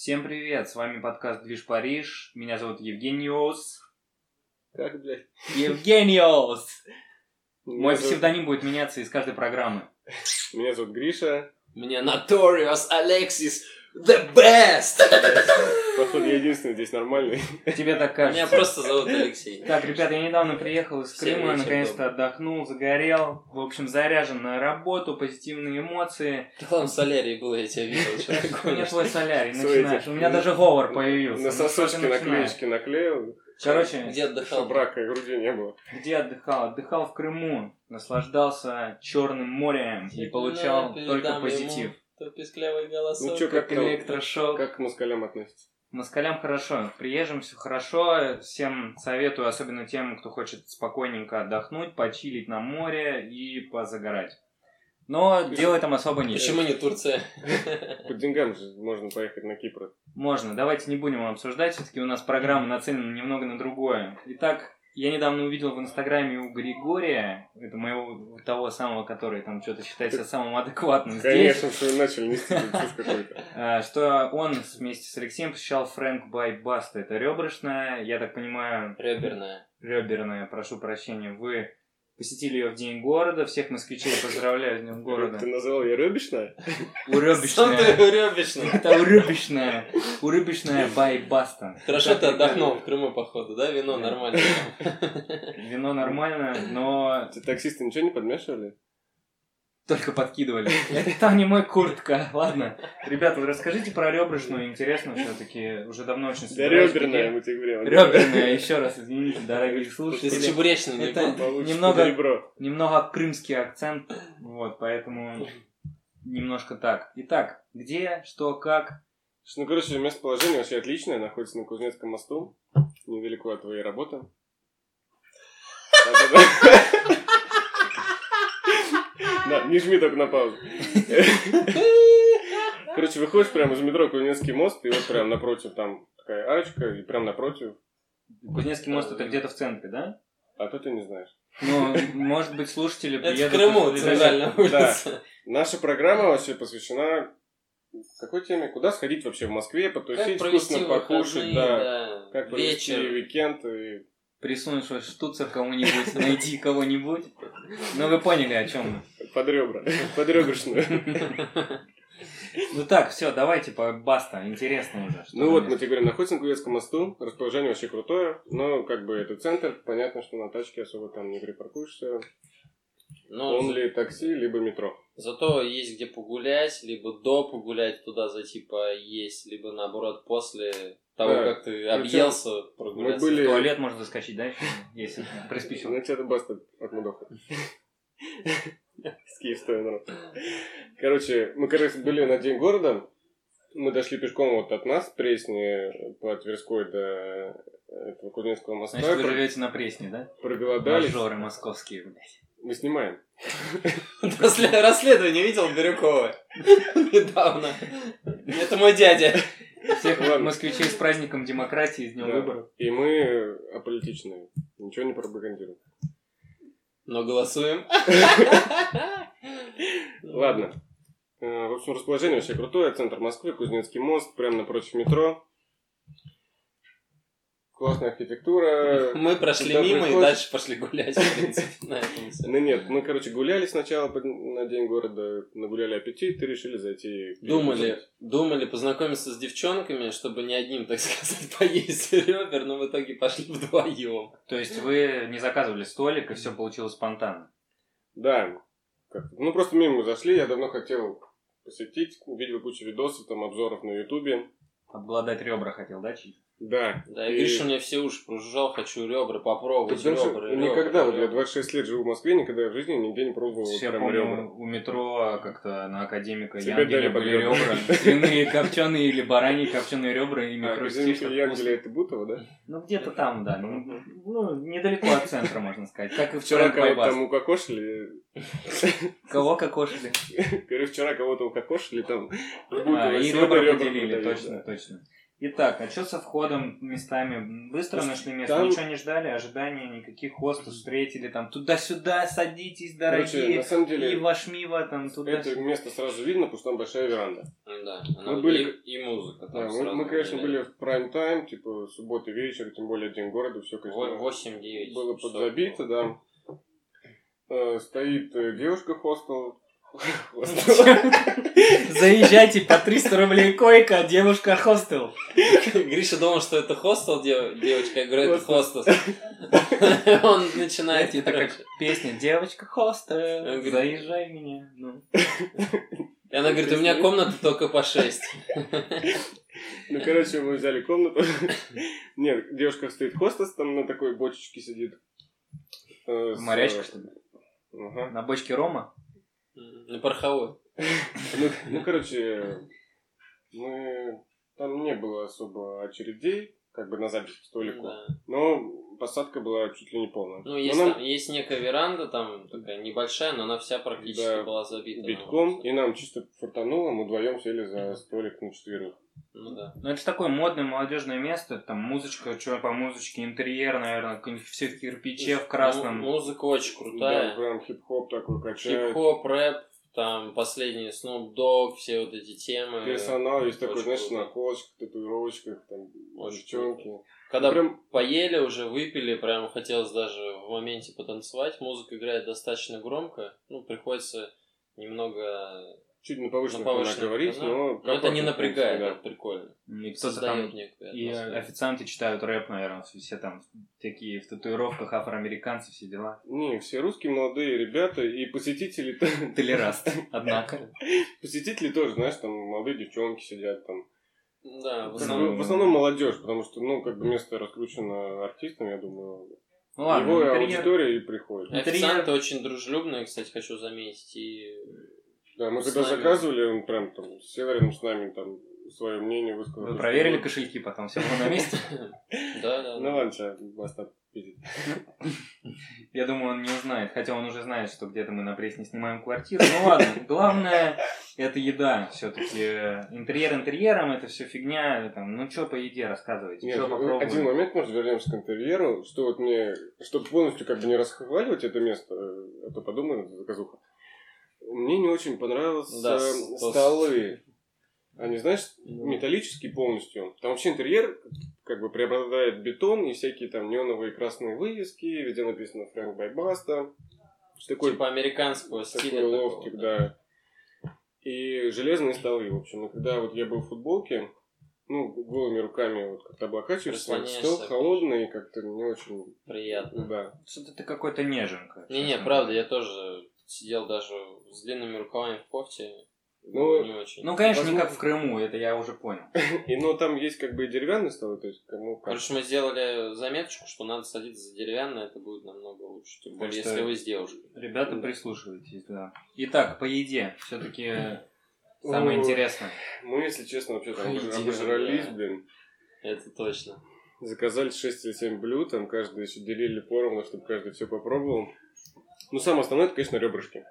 Всем привет, с вами подкаст «Движ Париж», меня зовут Евгениос. Как, блядь? Евгениос! Мой псевдоним будет меняться из каждой программы. Меня зовут Гриша. Меня Notorious Alexis the best! Походу, я единственный здесь нормальный. Тебе так кажется. Меня просто зовут Алексей. Так, ребята, я недавно приехал из Крыма, наконец-то отдохнул, загорел. В общем, заряжен на работу, позитивные эмоции. Ты там в солярии был, я тебя видел. Что ты У меня гонишь? твой солярий, начинаешь. У меня даже говор появился. На Ну, что сосочки ты начинаешь? наклеечки наклеил, Короче, Где отдыхал? чтобы рака и груди не было. где отдыхал? Отдыхал в Крыму, наслаждался Черным морем и получал только позитив. То писклявый голосок. Ну чё, Как как электрошок. к москалям относитесь? Москалям хорошо, к приезжим все хорошо, всем советую, особенно тем, кто хочет спокойненько отдохнуть, почилить на море и позагорать. Но делать там особо нечего. Почему не Турция? По деньгам же можно поехать на Кипр. Можно, давайте не будем обсуждать, все-таки у нас программа нацелена немного на другое. Итак, я недавно увидел в Инстаграме у Григория, это моего того самого, который там что-то считается самым адекватным здесь, Конечно, что вы начали нести чушь какую-то. что он вместе с Алексеем посещал Frank by Basta, это ребрышная, я так понимаю, Реберная. прошу прощения, вы посетили ее в День города, всех москвичей поздравляю с Днем города. Ты назвал ее ребишная? Сам ты ребечный. Это урыбищная by Basta. Хорошо ты отдохнул в Крыму, походу, да? Вино нормально. Вино нормально, но Таксисты ничего не подмешивали? только подкидывали. Это там не мой куртка. Ладно. Ребята, вы расскажите про ребрышную. Интересно все-таки. Уже давно очень Да собираюсь. реберная, мы тебе говорим. Реберная, еще раз, извините, дорогие Ты с слушатели. чебуречным не Это был? немного крымский акцент. Вот, поэтому немножко так. Итак, где, что, как? Ну, короче, местоположение вообще отличное. Находится на Кузнецком мосту. Недалеко от твоей работы. Да, не жми только на паузу. Короче, выходишь прямо из метро Кузнецкий мост, и вот прям напротив там такая арочка, и прям напротив. Кузнецкий мост это где-то в центре, да? А то ты не знаешь. Ну, может быть, слушатели Это в приедут... Крыму, центральная улица. Наша программа вообще посвящена какой теме? Куда сходить вообще в Москве, потусить, вкусно покушать, да. Как провести уикенд и... Присунуть свой штуцер кому-нибудь, найти кого-нибудь. Ну, вы поняли, о чем мы. Под ребра. Под ребрышную. Ну так, все, давайте по Баста. Интересно уже. Ну вот, мы тебе говорим, находится на Кузнецком мосту. Расположение вообще крутое. Но как бы это центр. Понятно, что на тачке особо там не припаркуешься. Он ли такси, либо метро. Зато есть где погулять, либо до погулять, туда зайти поесть, либо наоборот после того, как ты объелся, прогуляться. В туалет можно заскочить, да, если приспичило. Ну, это Баста от Мудоха. С Киевской народ. Короче, мы, были на День города. Мы дошли пешком вот от нас, Пресни, по Тверской до этого Кузнецкого моста. Значит, вы живете на Пресне, да? Проголодались. Мажоры московские, блядь. Мы снимаем. Расследование видел Бирюкова? Недавно. Это мой дядя. Всех москвичей с праздником демократии, с днем выборов. И мы аполитичные. Ничего не пропагандируем. Но голосуем. Ладно. В общем, расположение вообще крутое. Центр Москвы, Кузнецкий мост, прямо напротив метро. Классная архитектура. Мы прошли мимо и дальше пошли гулять, в принципе, на этом. Ну нет, мы, короче, гуляли сначала на День города, нагуляли аппетит и решили зайти. Думали познакомиться с девчонками, чтобы не одним, так сказать, поесть ребер, но в итоге пошли вдвоем. То есть вы не заказывали столик, и все получилось спонтанно? Да. Ну просто мимо мы зашли, я давно хотел посетить, увидел кучу видосов, там обзоров на Ютубе. Обглодать ребра хотел, да, чьи? Да. Да, и Гриша мне все уши прожужжал, хочу ребра попробовать. Никогда, вот я 26 лет живу в Москве, никогда в жизни нигде не пробовал прям ребра. У метро как-то на Академика Янгеля были ребра. Свиные копченые или бараньи копченые ребра. Академика Янгеля это Бутово, да? Ну где-то там, да. Ну, недалеко от центра, можно сказать. Как и вчера кого-то там укокошили. Кого кокошили? Говорю, вчера кого-то укокошили там. И ребра поделили, точно. Итак, а что со входом местами? Быстро нашли место? Там... Ничего не ждали? Ожидания никаких? Хостов встретили? Там туда-сюда садитесь, дорогие. Короче, на самом деле, и ваш-мива там туда. Это место сразу видно, потому что там большая веранда. Да, мы были... и музыка там да, сразу. Мы, конечно, были в прайм-тайм, типа суббота вечер, тем более день города, все, конечно, 8-9 было подзабито, да. Стоит девушка-хостел. Заезжайте по 300 рублей койка, а девушка хостел. Гриша думал, что это хостел, девочка. Я говорю, это хостел. Он начинает... Это как песня «Девочка хостел, заезжай меня». И она говорит, у меня комната только по 6. Ну, короче, мы взяли комнату. Нет, девушка стоит хостес, там на такой бочечке сидит. Морячка, что ли? На бочке рома? На пороховой. Ну, короче, там не было особо очередей, как бы на запись к столику. Да. Но посадка была чуть ли не полная. Ну, есть некая веранда, там такая небольшая, но она вся практически была забита. Битком, и нам чисто фартануло, мы вдвоем сели за столик на 4. Ну да. Ну это же такое модное молодежное место, там музычка, что по музычке, интерьер, наверное, все в кирпиче в красном. Музыка очень крутая. Да, прям хип-хоп такой качает. Хип-хоп, рэп, там последний Snoop Dogg, все вот эти темы. Персонал есть такой, знаешь, на наколочках, татуировочках, там, девчонки. Когда прям поели уже, выпили, прям хотелось даже в моменте потанцевать. Музыка играет достаточно громко, приходится немного... Чуть на повышенных тонах говорить, но это не напрягает, да. Это прикольно. И кто-то там, и официанты читают рэп, наверное, все там такие в татуировках, афроамериканцы, все дела. Не, все русские молодые ребята и посетители... Толераст, однако. Посетители тоже, знаешь, там молодые девчонки сидят там. Да, в основном молодежь, потому что, место раскручено артистом, я думаю. Ну ладно, его аудитория и приходит. Официанты очень дружелюбные, кстати, хочу заметить, и... Да, мы когда заказывали, он прям там сел рядом с нами, там свое мнение высказал. Вы проверили кошельки потом, все было на месте? Да. Ну ладно, сейчас Бастат пиздит. Я думаю, он не узнает, хотя он уже знает, что где-то мы на Пресне снимаем квартиру. Ну ладно, главное это еда все-таки. Интерьер интерьером, это все фигня. Что по еде рассказывайте? Нет, один момент, может, вернемся к интерьеру, что вот мне, чтобы полностью как бы не расхваливать это место, а то подумаю, это заказуха. Мне не очень понравились столы. Они, знаешь, металлические полностью. Там вообще интерьер как бы преобладает бетон и всякие там неоновые красные вывески. Везде написано Frank by Basta. Типа американского стиля. Такой лофтик, да. И железные столы, в общем. И когда вот я был в футболке, голыми руками вот как-то облокачиваешься, стол холодный, как-то не очень приятно. Да. Что-то ты какой-то неженка. Не, правда, я тоже сидел даже с длинными рукавами в кофте. Не очень. Конечно, не как в Крыму, это я уже понял. И там есть как бы и деревянные столы, то есть кому как. Короче, мы сделали заметочку, что надо садиться за деревянное, это будет намного лучше. Тем более, если вы с девушкой. Ребята, прислушивайтесь, да. Итак, по еде. Все-таки самое интересное. Мы, если честно, вообще там обожрались, блин. Это точно. Заказали 6 или 7 блюд, там каждый еще делили поровну, чтобы каждый все попробовал. Самое основное, это, конечно, ребрышки.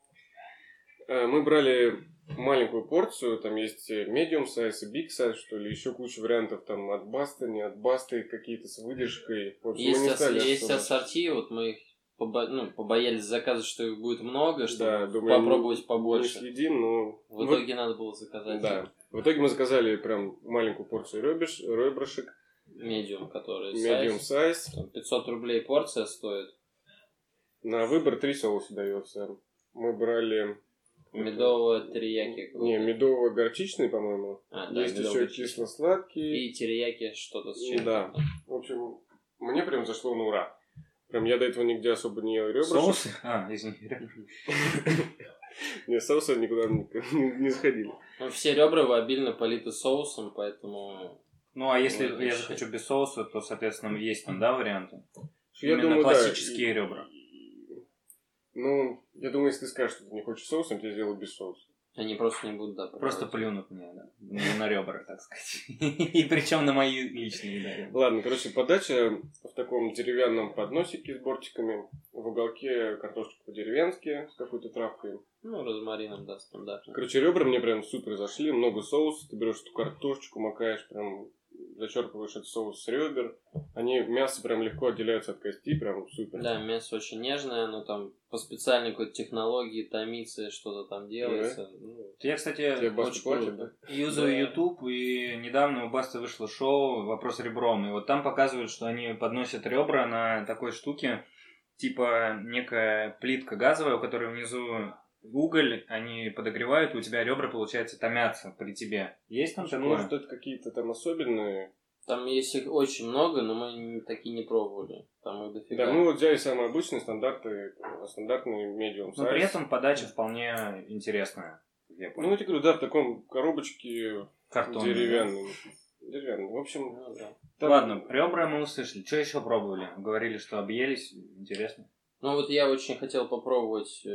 Мы брали маленькую порцию, там есть medium size и big size, что ли, еще куча вариантов, там от басты, не от басты, какие-то с выдержкой. В общем, есть ассорти, вот мы их побоялись заказывать, что их будет много, чтобы попробовать побольше. Не съедим, но... В итоге надо было заказать. Да. В итоге мы заказали прям маленькую порцию ребрышек. Medium, который medium size. 500 рублей порция стоит. На выбор 3 соуса дается. Мы брали... Медово-терияки. Не, медово-горчичный, по-моему. Есть еще кисло-сладкий. И терияки что-то с чем-то. Да. В общем, мне прям зашло на ура. Прям я до этого нигде особо не ел ребрышек. Соусы? Извини. Не, соусы никуда не заходили. Все ребра обильно политы соусом, поэтому... А если я захочу без соуса, то, соответственно, есть там, варианты? Я Именно думаю, классические ребра. Я думаю, если ты скажешь, что ты не хочешь соусом, тебе сделают без соуса. Они просто не будут, продавать. Просто плюнут мне, на ребра, так сказать. И причем на мои личные, да. Ладно, подача в таком деревянном подносике с бортиками. В уголке картошечка по-деревенски с какой-то травкой. Розмарином, да, стандартно. Ребра мне прям супер зашли, много соуса. Ты берешь эту картошечку, макаешь прям зачерпываешь этот соус с ребер, мясо прям легко отделяется от кости, прям супер. Да, мясо очень нежное, оно там по специальной какой-то технологии томится, что-то там делается. Да. Я, кстати, очень платят, да? юзаю YouTube, и недавно у Басты вышло шоу «Вопрос ребром», и вот там показывают, что они подносят ребра на такой штуке, типа некая плитка газовая, у которой внизу уголь, они подогревают, и у тебя ребра, получается, томятся при тебе. Есть там такое? Может, это какие-то там особенные? Там есть их очень много, но мы такие не пробовали. Там их дофига. Да, мы вот взяли самые обычные стандартные медиум сайз. Но при этом подача вполне интересная. Я тебе говорю, да, в таком коробочке деревянной. В общем, да. Там... Ладно, ребра мы услышали. Что еще пробовали? Говорили, что объелись. Интересно. Ну вот я очень хотел попробовать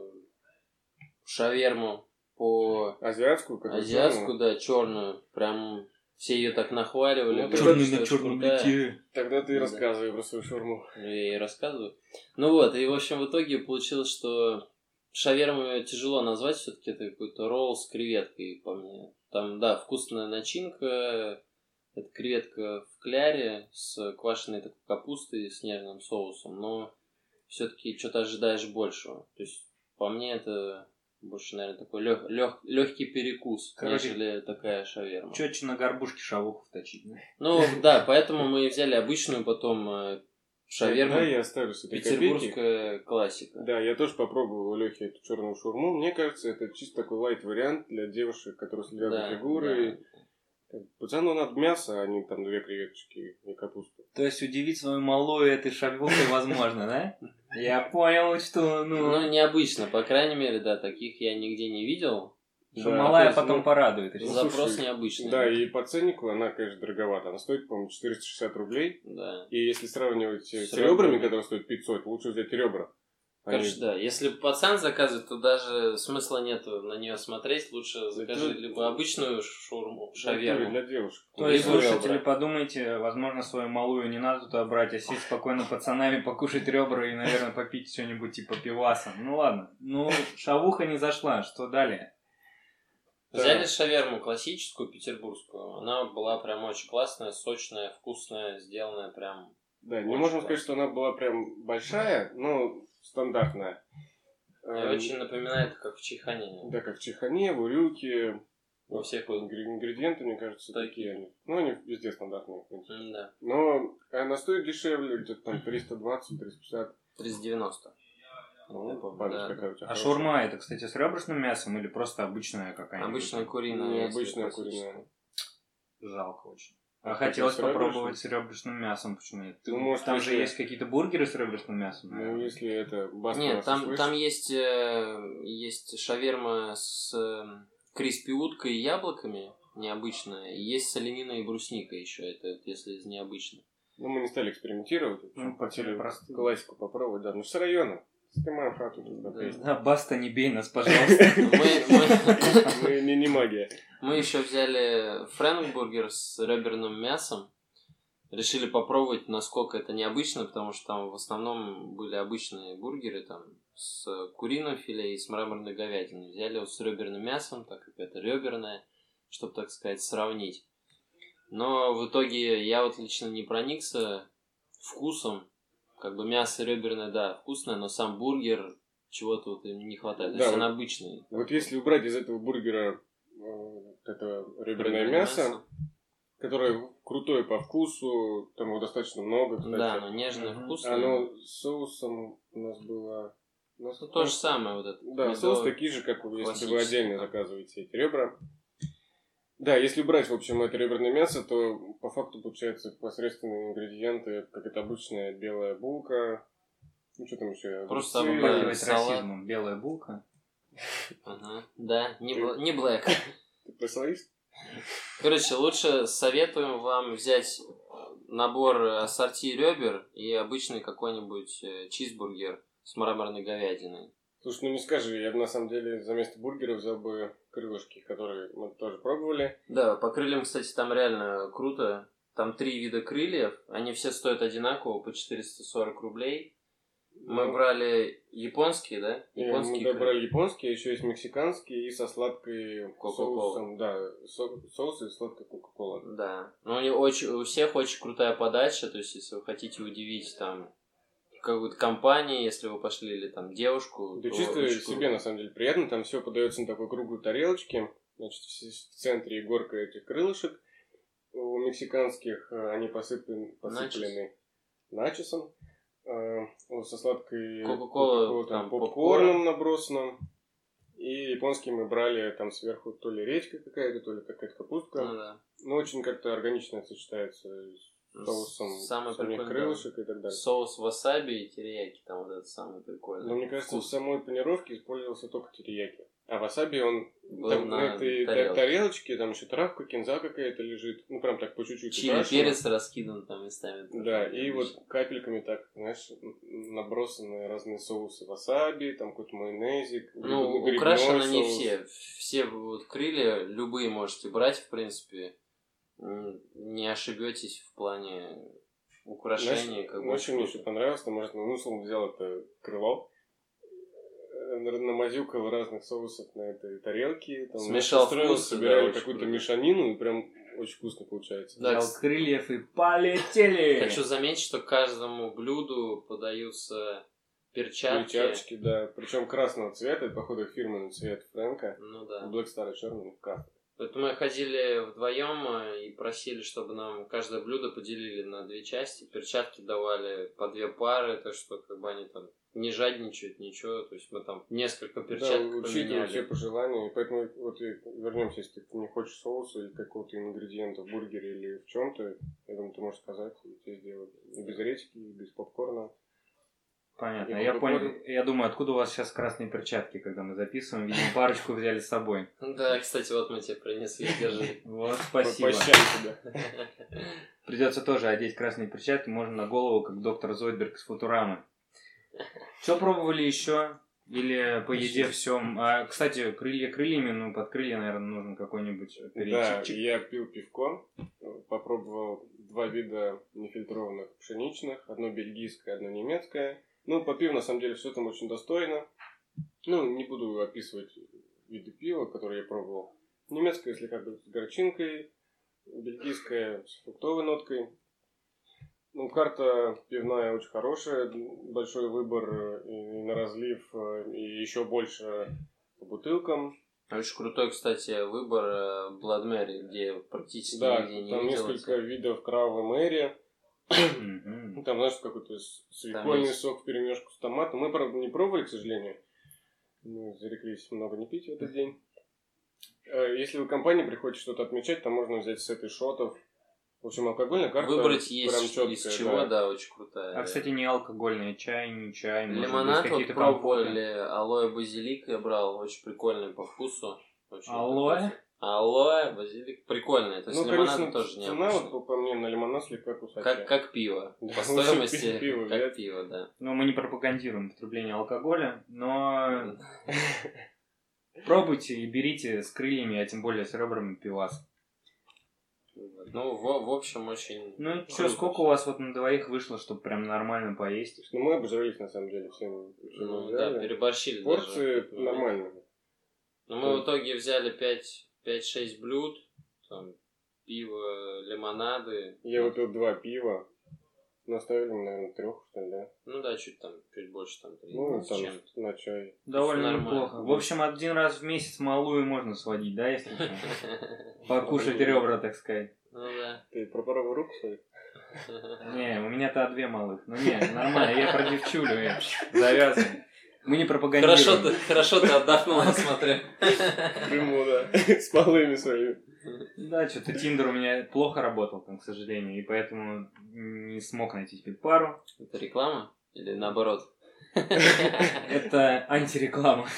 шаверму по... Азиатскую, да, черную. Прям все ее так нахваливали. Ну, черный на черном лите. Тогда ты рассказывай про свою шаурму. Я и рассказываю. Ну вот, и в общем в итоге получилось, что шаверму тяжело назвать, все-таки это какой-то ролл с креветкой, по мне. Там, да, вкусная начинка. Это креветка в кляре с квашеной такой капустой с нежным соусом, но все-таки что-то ожидаешь большего. То есть, по мне, это больше, наверное, такой легкий перекус, нежели такая шаверма. Четче на горбушке шавуху вточить, да? Ну, да, поэтому мы взяли обычную потом шаверму. Да, я оставлю с этой петербургская классика. Да, я тоже попробовал у Лехи эту черную шаурму. Мне кажется, это чисто такой лайт-вариант для девушек, которые следят за фигурой. Да. Пацану надо мясо, а не там 2 креветочки и капусту. То есть удивить свою малую этой шавухой возможно, да? Я понял, что, Ну, необычно, по крайней мере, да, таких я нигде не видел. Что малая потом порадует. Запрос необычный. Да, и по ценнику она, конечно, дороговата. Она стоит, по-моему, 460 рублей. Да. И если сравнивать с ребрами, которые стоят 500, лучше взять ребра. Короче, да. Если пацан заказывает, то даже смысла нету на нее смотреть. Лучше закажи либо обычную шаверму. Для девушек. То есть, слушатели, подумайте, возможно, свою малую не надо туда брать, а сесть спокойно пацанами, покушать ребра и, наверное, попить что-нибудь типа пиваса. Ну ладно. Ну, шавуха не зашла. Что далее? Взяли шаверму классическую, петербургскую. Она была прям очень классная, сочная, вкусная, сделанная прям... Да, не можем сказать, что она была прям большая, но стандартная. И очень напоминает, как в Чайхане. Да, как в Чайхане, в Урюке. Во всех ингредиенты, мне кажется, такие они. Ну, они везде стандартные, в принципе. Да. Но она стоит дешевле, где-то там 320, 350. 390. Ну, да. Какая у тебя шаурма это, кстати, с ребрышным мясом или просто обычная какая-нибудь? Обычная куриная. Не, обычная куриная. Жалко очень. А хотелось попробовать с ребрышным мясом. Почему нет? Ну, может, там же есть какие-то бургеры с ребрышным мясом. Ну, если это Баста. Нет, там есть шаверма с криспи уткой и яблоками, необычная. И есть с олениной и брусникой еще, это если из необычных. Ну, мы не стали экспериментировать. Хотели классику попробовать, да. Ну, с района. Снимаем хату туда. Да, Баста, не бей нас, пожалуйста. Мы не магия. Мы еще взяли фрэнк-бургер с реберным мясом. Решили попробовать, насколько это необычно, потому что там в основном были обычные бургеры там с куриным филе и с мраморной говядиной. Взяли вот с реберным мясом, так как это реберное, чтобы, так сказать, сравнить. Но в итоге я вот лично не проникся вкусом. Как бы мясо реберное, да, вкусное, но сам бургер чего-то вот им не хватает. То есть он обычный. Вот если убрать из этого бургера это реберное мясо, которое крутое по вкусу, там его достаточно много, кстати. Да, оно нежное, вкусное. Оно с соусом у нас было... Ну, то же самое вот это. Да, соус такие же, как если вы отдельно заказываете эти ребра. Да, если брать, в общем, это реберное мясо, то по факту получается посредственные ингредиенты, как это обычная белая булка. Ну, что там еще? Просто обыгрывать расизмом. Белая булка. Ага. Да, не блэк. Ты прослоист? Короче, лучше советуем вам взять набор ассорти ребер и обычный какой-нибудь чизбургер с мраморной говядиной. Слушай, ну не скажи, я бы на самом деле за место бургера взял бы крылышки, которые мы тоже пробовали. Да, по крыльям, кстати, там реально круто. Там 3 вида крыльев, они все стоят одинаково, по 440 рублей. Мы брали японские, да? Мы брали японские, еще есть мексиканские и со сладкой соусом. Да, соусы и сладкая кока-кола. Да. Но у всех очень крутая подача, то есть если вы хотите удивить там какую-то компанию, если вы пошли или там девушку. Да чисто себе на самом деле приятно, там все подается на такой круглой тарелочке, значит в центре горка этих крылышек. У мексиканских они посыпаны начосом. Со сладкой кока-кола, там, попкорном набросанным. И японские мы брали там сверху то ли редька какая-то, то ли какая-то капустка. Ну, да. Но очень как-то органично сочетается с соусом самих крылышек и так далее. Соус васаби и терияки, там вот это самое прикольное. Но мне кажется, в самой панировке использовался только терияки. А васаби он там, на этой тарелочке, там еще травка, кинза какая-то лежит. Ну, прям так по чуть-чуть. Чили, перец раскидан там местами. Да, и вот капельками так, знаешь, набросаны разные соусы. Васаби, там какой-то майонезик. Ну, украшены не все. Все вот крылья, любые можете брать, в принципе. Не ошибетесь в плане украшения. Очень мне еще понравилось, там, может, условно взял это крыло, намазюкал разных соусов на этой тарелке, там смешал вкусы, собирали какую-то мешанину, и прям очень вкусно получается. Взял крыльев и полетели! Хочу заметить, что к каждому блюду подаются перчатки. Перчатки, да. Причем красного цвета, это, походу, фирменный цвет Фрэнка. Ну да. Black Star черный, красный. Поэтому мы ходили вдвоем и просили, чтобы нам каждое блюдо поделили на 2 части. Перчатки давали по 2 пары, так что как бы они там не жадничают, ничего. То есть мы там несколько перчаток поменяли. Да, учитывая все пожелания. И поэтому вот вернемся, если ты не хочешь соуса или какого-то ингредиента в бургере или в чем-то, я думаю, ты можешь сказать, и тебе сделают и без редьки, и без попкорна. Понятно. Я понял. Я думаю, откуда у вас сейчас красные перчатки, когда мы записываем? Видимо, парочку взяли с собой. Да, кстати, вот мы тебе принесли, держи. Вот, спасибо. Придется тоже одеть красные перчатки, можно на голову, как доктор Зойдберг из Футурамы. Что пробовали еще? Или по еде все? Кстати, крылья крыльями, ну под крылья, наверное, нужен какой-нибудь Да, перечипчик. я пил пивко, попробовал 2 вида нефильтрованных пшеничных, одно бельгийское, одно немецкое. Ну, по пиву, на самом деле, все там очень достойно. Ну, не буду описывать виды пива, которые я пробовал. Немецкое слегка с горчинкой, бельгийское с фруктовой ноткой. Ну, карта пивная очень хорошая, большой выбор и на разлив, и еще больше по бутылкам. Очень крутой, кстати, выбор Blood Mary, где практически нигде не там видел. Несколько видов Крава Мэри. Там, знаешь, какой-то свекольный сок вперемешку с томатом. Мы, правда, не пробовали, к сожалению. Мы зареклись много не пить в этот день. Если вы в компании приходите что-то отмечать, то можно взять с этой шотов. В общем, алкогольная карта. Выбрать есть прям из чего, да, очень крутая. Кстати, не алкогольный, чай, не чай. Лимонад вот пробовали, алоэ базилик я брал, очень прикольный по вкусу. Алоэ? Алоэ, базилик, прикольный. То есть лимонад конечно, тоже необычный. Цена, вот, по мне, на лимонад слегка кусачая. Как пиво. По стоимости, как пиво, да. Ну, мы не пропагандируем потребление алкоголя, но пробуйте и берите с крыльями, а тем более с ребрами пивас. Ну, в общем, очень... Ну, что, сколько у вас вот на двоих вышло, чтобы прям нормально поесть? Ну, мы обожрались, на самом деле, всем. Ну, да, переборщили. Порции даже нормальные. Но мы в итоге взяли 5-6 блюд, там, пиво, лимонады. Я выпил 2 пива. Наставили, наверное, 3, что ли, да? Ну да, чуть больше, там, 3. Ну, там, на чай. Довольно неплохо. В общем, 1 раз в месяц малую можно сводить, да, если что? Покушать ребра, так сказать. Ну да. Ты про правую руку свою? Не, у меня-то 2 малых. Ну не, нормально, я про девчулю, завязывай. Мы не пропагандируем. Хорошо ты отдохнул, я смотрю. В Крыму, да. С малыми своими. Да, что-то Тиндер у меня плохо работал, там, к сожалению, и поэтому не смог найти себе пару. Это реклама? Или наоборот? Это антиреклама.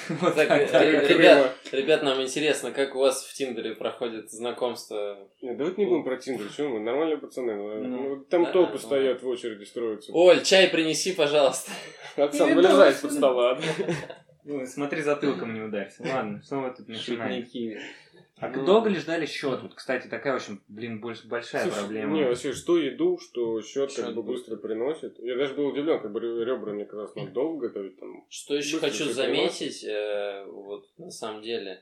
Ребят, нам интересно, как у вас в Тиндере проходит знакомство? Нет, давайте не будем про Тиндер, что мы, нормальные пацаны. Там толпы стоят, в очереди строятся. Оль, чай принеси, пожалуйста. Оксан, вылезай из-под стола. Ну, смотри, затылком не ударься. Ладно, что вы тут начинаете? Шутники. А долго ли ждали счет? Вот, кстати, такая очень, большая проблема. Не, вообще, что еду, что счет как бы быстро приносит. Я даже был удивлен, как бы ребра, мне казалось, надо долго готовить. Там, что еще хочу заметить, вот на самом деле,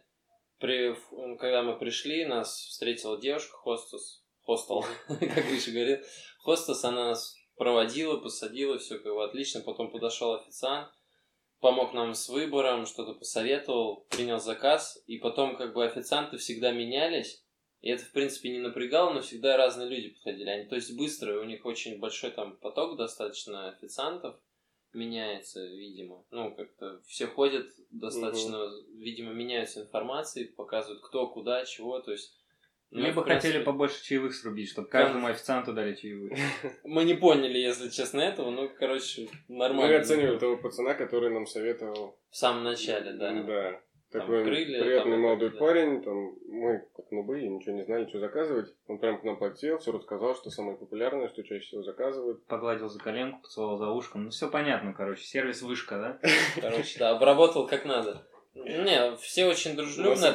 когда мы пришли, нас встретила девушка, хостел, как Гриша говорил. Хостес, она нас проводила, посадила, все как бы отлично. Потом подошел официант, помог нам с выбором, что-то посоветовал, принял заказ. И потом как бы официанты всегда менялись. И это, в принципе, не напрягало, но всегда разные люди подходили. Они, то есть, быстро, у них очень большой там поток достаточно официантов меняется, видимо. Ну, как-то все ходят достаточно, видимо, меняются информацией, показывают кто, куда, чего, то есть... Мы бы хотели побольше чаевых срубить, чтобы каждому официанту дали чаевых. Мы не поняли, если честно, этого, ну, короче, нормально. Мы оцениваем того пацана, который нам советовал... В самом начале, да. Да. Такой приятный молодой парень, там, мы как нубы, ничего не знали, что заказывать. Он прям к нам подсел, все рассказал, что самое популярное, что чаще всего заказывают. Погладил за коленку, поцеловал за ушком. Ну, все понятно, короче, сервис вышка, да? Короче, да, обработал как надо. Не, все очень дружелюбные,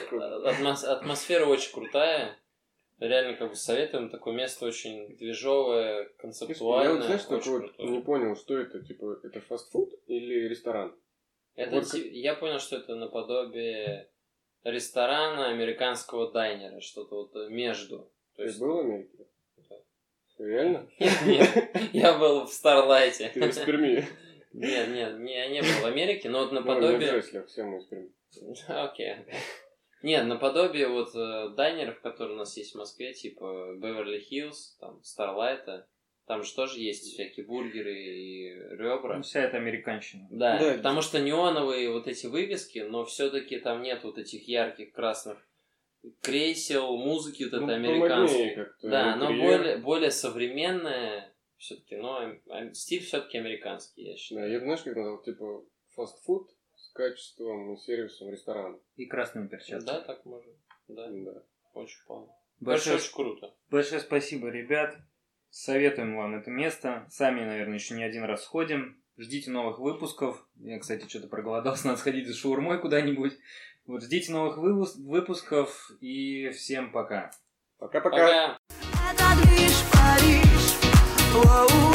атмосфера очень крутая. Реально, как бы советуем, такое место очень движовое, концептуальное. Я вот, знаешь, такой не понял, что это, типа, это фастфуд или ресторан? Это вот я понял, что это наподобие ресторана, американского дайнера, что-то вот между. То есть... Ты был в Америке? Да. Реально? Нет, я был в Старлайте. Ты из Перми? Нет, я не был в Америке, но вот наподобие... все мы из Перми. Окей. Нет, наподобие вот дайнеров, которые у нас есть в Москве, типа Беверли-Хиллз, там, Старлайта. Там же тоже есть всякие бургеры и ребра. Ну, вся эта американщина. Да, потому что неоновые вот эти вывески, но все-таки там нет вот этих ярких красных кресел, музыки вот этой американской. Да, но более современная все-таки, но стиль все-таки американский, я считаю. Да, я, знаешь, как назвал, типа фастфуд с качеством и сервисом ресторана. И красными перчатками. Да, так можно. Да. Очень вполне. Большое, очень круто. Большое спасибо, ребят. Советуем вам это место. Сами, наверное, еще не один раз сходим. Ждите новых выпусков. Я, кстати, что-то проголодался. Надо сходить за шаурмой куда-нибудь. Вот, ждите новых выпусков. И всем пока. Пока-пока. Пока.